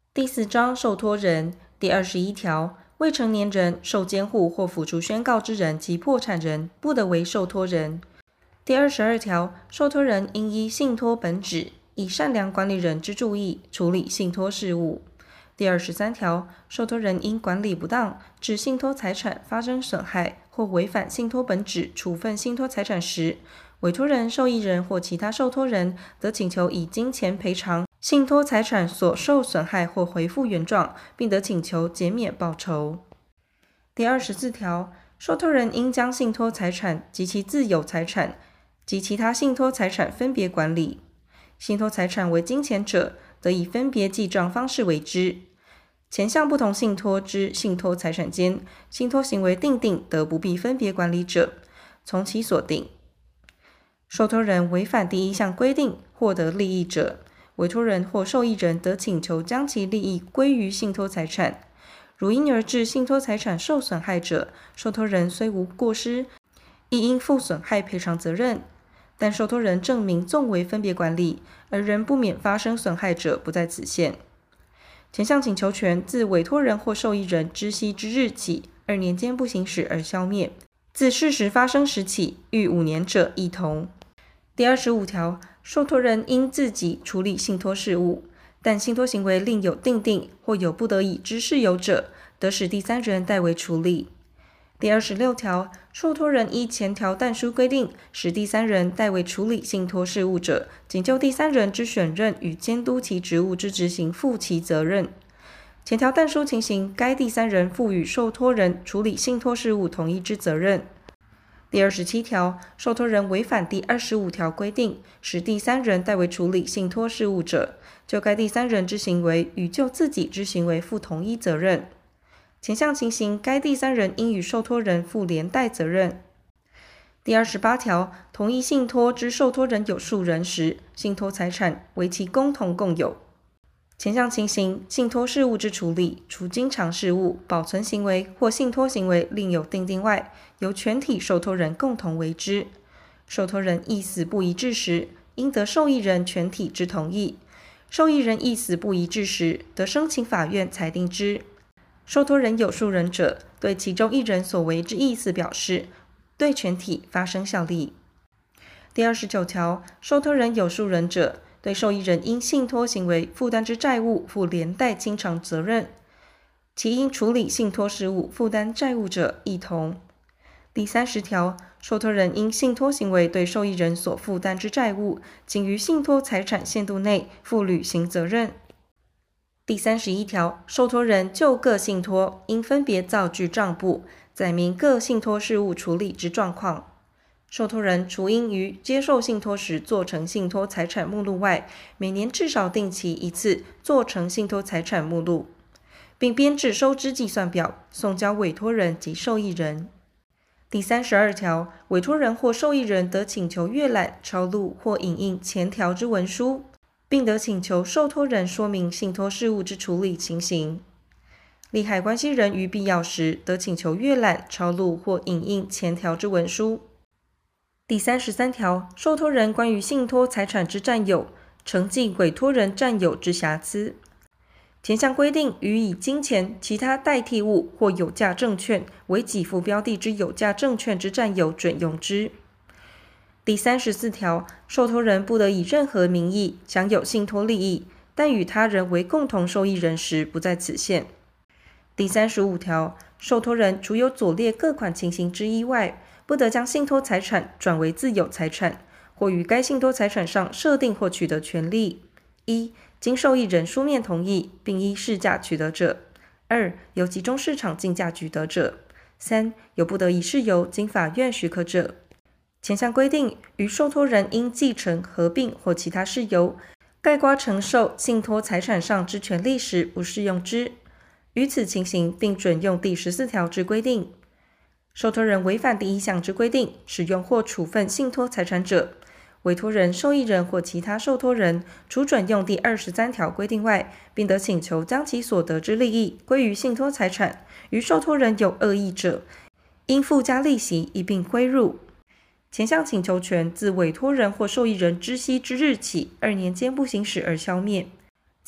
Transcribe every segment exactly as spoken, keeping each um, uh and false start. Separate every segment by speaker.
Speaker 1: 第四章受托人第二十一条，未成年人、受监护或辅助宣告之人及破产人，不得为受托人。第二十二条，受托人应依信托本旨，以善良管理人之注意处理信托事务。第二十三条，受托人因管理不当，致信托财产发生损害，或违反信托本旨处分信托财产时，委托人、受益人或其他受托人得请求以金钱赔偿信托财产所受损害或回复原状，并得请求减免报酬。第二十四条，受托人应将信托财产及其自有财产及其他信托财产分别管理。信托财产为金钱者，得以分别记账方式为之。前项不同信托之信托财产间，信托行为订定得不必分别管理者，从其所定。受托人违反第一项规定获得利益者，委托人或受益人得请求将其利益归于信托财产。如因而致信托财产受损害者，受托人虽无过失，亦应负损害赔偿责任。但受托人证明纵为分别管理，而仍不免发生损害者，不在此限。前项请求权自委托人或受益人知悉之日起二年间不行使而消灭，自事实发生时起逾五年者亦同。第二十五条，受托人应自己处理信托事务，但信托行为另有订定或有不得已之事由者，得使第三人代为处理。第二十六条，受托人依前条但书规定使第三人代为处理信托事务者，仅就第三人之选任与监督其职务之执行负其责任。前条但书情形，该第三人负与受托人处理信托事务同一之责任。第二十七条，受托人违反第二十五条规定，使第三人代为处理信托事务者，就该第三人之行为与就自己之行为负同一责任。前项情形，该第三人应与受托人负连带责任。第二十八条，同一信托之受托人有数人时，信托财产为其共同共有。前项情形，信托事务之处理，除经常事务、保存行为或信托行为另有订定外，由全体受托人共同为之。受托人意思不一致时，应得受益人全体之同意；受益人意思不一致时，得申请法院裁定之。受托人有数人者，对其中一人所为之意思表示，对全体发生效力。第二十九条，受托人有数人者，对受益人因信托行为负担之债务负连带清偿责任，其因处理信托事务负担债务者亦同。第三十条，受托人因信托行为对受益人所负担之债务，仅于信托财产限度内负履行责任。第三十一条，受托人就各信托应分别造具账簿，载明各信托事务处理之状况。受托人除应于接受信托时做成信托财产目录外，每年至少定期一次做成信托财产目录，并编制收支计算表，送交委托人及受益人。第三十二条，委托人或受益人得请求阅览、抄录或影印前条之文书，并得请求受托人说明信托事务之处理情形。利害关系人于必要时，得请求阅览、抄录或影印前条之文书。第三十三条，受托人关于信托财产之占有，承继委托人占有之瑕疵。前项规定予以金钱、其他代替物或有价证券为给付标的之有价证券之占有准用之。第三十四条，受托人不得以任何名义享有信托利益，但与他人为共同受益人时，不在此限。第三十五条，受托人除有左列各款情形之一外，不得将信托财产转为自有财产，或于该信托财产上设定或取得权利：一、经受益人书面同意，并依市价取得者；二、由集中市场竞价取得者；三、有不得已事由经法院许可者。前项规定，于受托人因继承、合并或其他事由，概括承受信托财产上之权利时，不适用之。于此情形，并准用第十四条之规定。受托人违反第一项之规定，使用或处分信托财产者，委托人、受益人或其他受托人，除准用第二十三条规定外，并得请求将其所得之利益归于信托财产。于受托人有恶意者，应附加利息一并归入。前项请求权自委托人或受益人知悉之日起二年间不行使而消灭，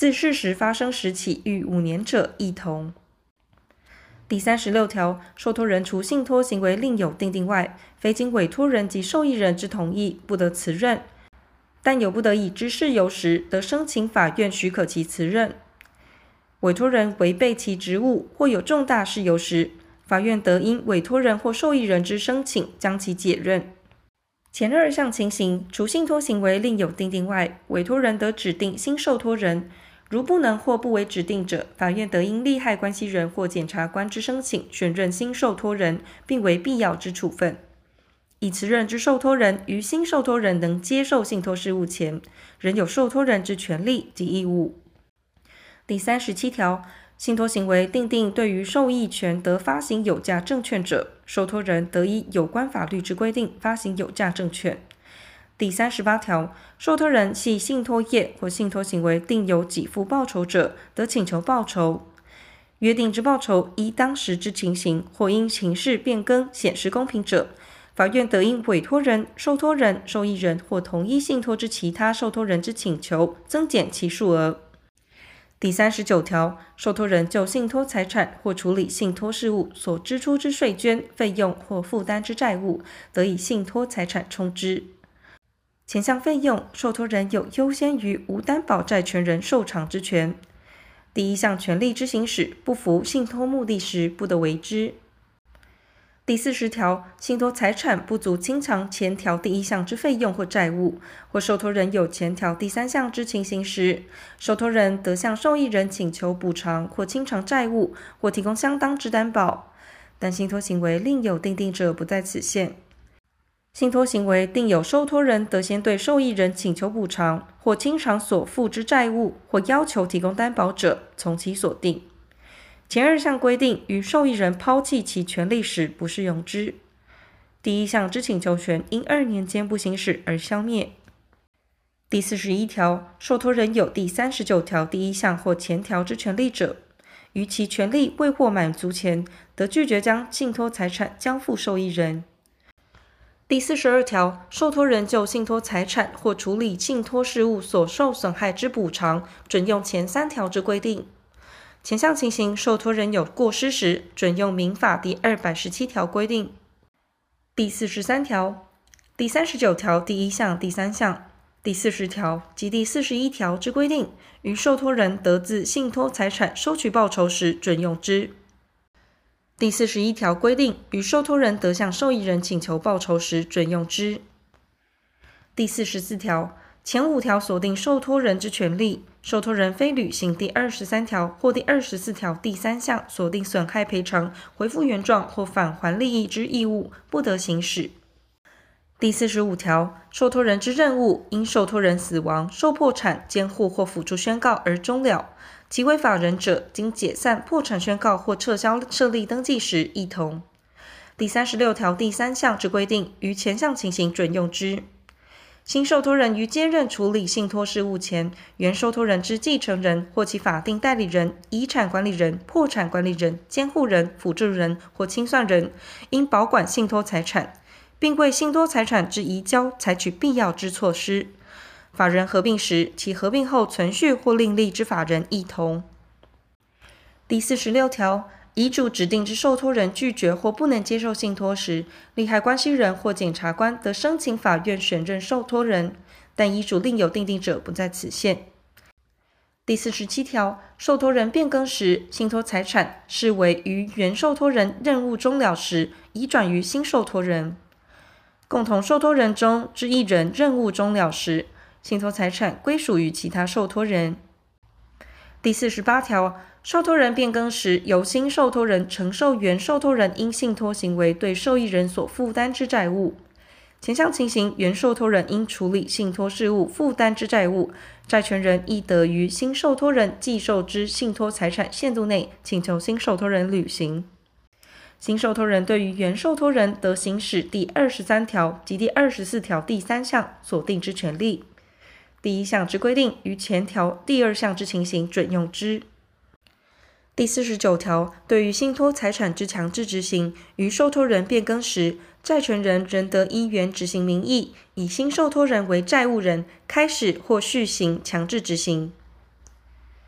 Speaker 1: 自事实发生时起逾五年者一同。第三十六条，受托人除信托行为另有订定外，非经委托人及受益人之同意，不得辞任。但有不得已之事由时，得申请法院许可其辞任。委托人违背其职务或有重大事由时，法院得因委托人或受益人之申请将其解任。前二项情形，除信托行为另有订定外，委托人得指定新受托人。如不能或不为指定者，法院得因利害关系人或检察官之申请选任新受托人，并为必要之处分。已辞任之受托人于新受托人能接受信托事务前，仍有受托人之权利及义务。第三十七条，信托行为订定对于受益权得发行有价证券者，受托人得依有关法律之规定发行有价证券。第三十八条，受托人系信托业或信托行为定有给付报酬者，得请求报酬。约定之报酬依当时之情形或因情势变更显示公平者，法院得因委托人、受托人、受益人或同一信托之其他受托人之请求，增减其数额。第三十九条，受托人就信托财产或处理信托事务所支出之税捐、费用或负担之债务，得以信托财产充之。前项费用，受托人有优先于无担保债权人受偿之权。第一项权利之行使不符信托目的时，不得为之。第四十条，信托财产不足清偿前条第一项之费用或债务，或受托人有前条第三项之情形时，受托人得向受益人请求补偿或清偿债务，或提供相当之担保，但信托行为另有订定者不在此限。信托行为定有受托人得先对受益人请求补偿或清偿所负之债务，或要求提供担保者，从其所定。前二项规定于受益人抛弃其权利时不适用之。第一项之请求权因二年间不行使而消灭。第四十一条，受托人有第三十九条第一项或前条之权利者，于其权利未获满足前，得拒绝将信托财产交付受益人。第四十二条，受托人就信托财产或处理信托事务所受损害之补偿，准用前三条之规定。前项情形，受托人有过失时，准用民法第二百十七条规定。第四十三条、第三十九条第一项、第三项、第四十条及第四十一条之规定，于受托人得自信托财产收取报酬时准用之。第四十一条规定，于受托人得向受益人请求报酬时准用之。第四十四条，前五条锁定受托人之权利，受托人非履行第二十三条或第二十四条第三项锁定损害赔偿、回复原状或返还利益之义务，不得行使。第四十五条，受托人之任务因受托人死亡、受破产、监护或辅助宣告而终了，其为法人者，经解散、破产宣告或撤销设立登记时一同。第三十六条第三项之规定，于前项情形准用之。新受托人于接任处理信托事务前，原受托人之继承人或其法定代理人、遗产管理人、破产管理人、监护人、辅助人或清算人，应保管信托财产，并为信托财产之移交采取必要之措施。法人合并时，其合并后存续或另立之法人一同。第四十六条，遗嘱指定之受托人拒绝或不能接受信托时，利害关系人或检察官得申请法院选任受托人，但遗嘱另有订定者不在此限。第四十七条，受托人变更时，信托财产视为于原受托人任务终了时，移转于新受托人。共同受托人中之一人任务终了时，信托财产归属于其他受托人。第四十八条，受托人变更时，由新受托人承受原受托人因信托行为对受益人所负担之债务。前项情形，原受托人应处理信托事务负担之债务，债权人亦得于新受托人继受之信托财产限度内，请求新受托人履行。新受托人对于原受托人得行使第二十三条及第二十四条第三项所定之权利。第一项之规定，于前条第二项之情形准用之。第四十九条，对于信托财产之强制执行，于受托人变更时，债权人仍得依原执行名义，以新受托人为债务人，开始或续行强制执行。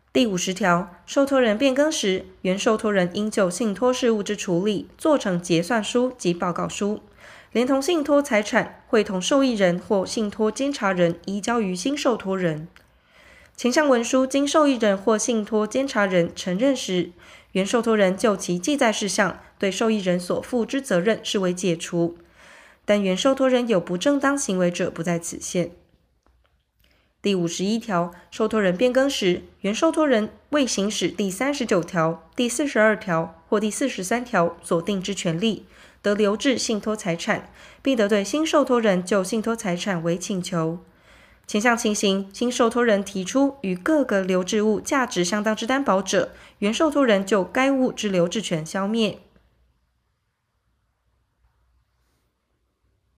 Speaker 1: 第五十条，受托人变更时，原受托人应就信托事务之处理做成结算书及报告书，连同信托财产会同受益人或信托监察人移交于新受托人。前项文书经受益人或信托监察人承认时，原受托人就其记载事项对受益人所负之责任视为解除，但原受托人有不正当行为者不在此限。第五十一条，受托人变更时，原受托人未行使第三十九条、第四十二条或第四十三条所定之权利，得留置信托财产，并得对新受托人就信托财产为请求。前项情形，新受托人提出与各个留置物价值相当之担保者，原受托人就该物之留置权消灭。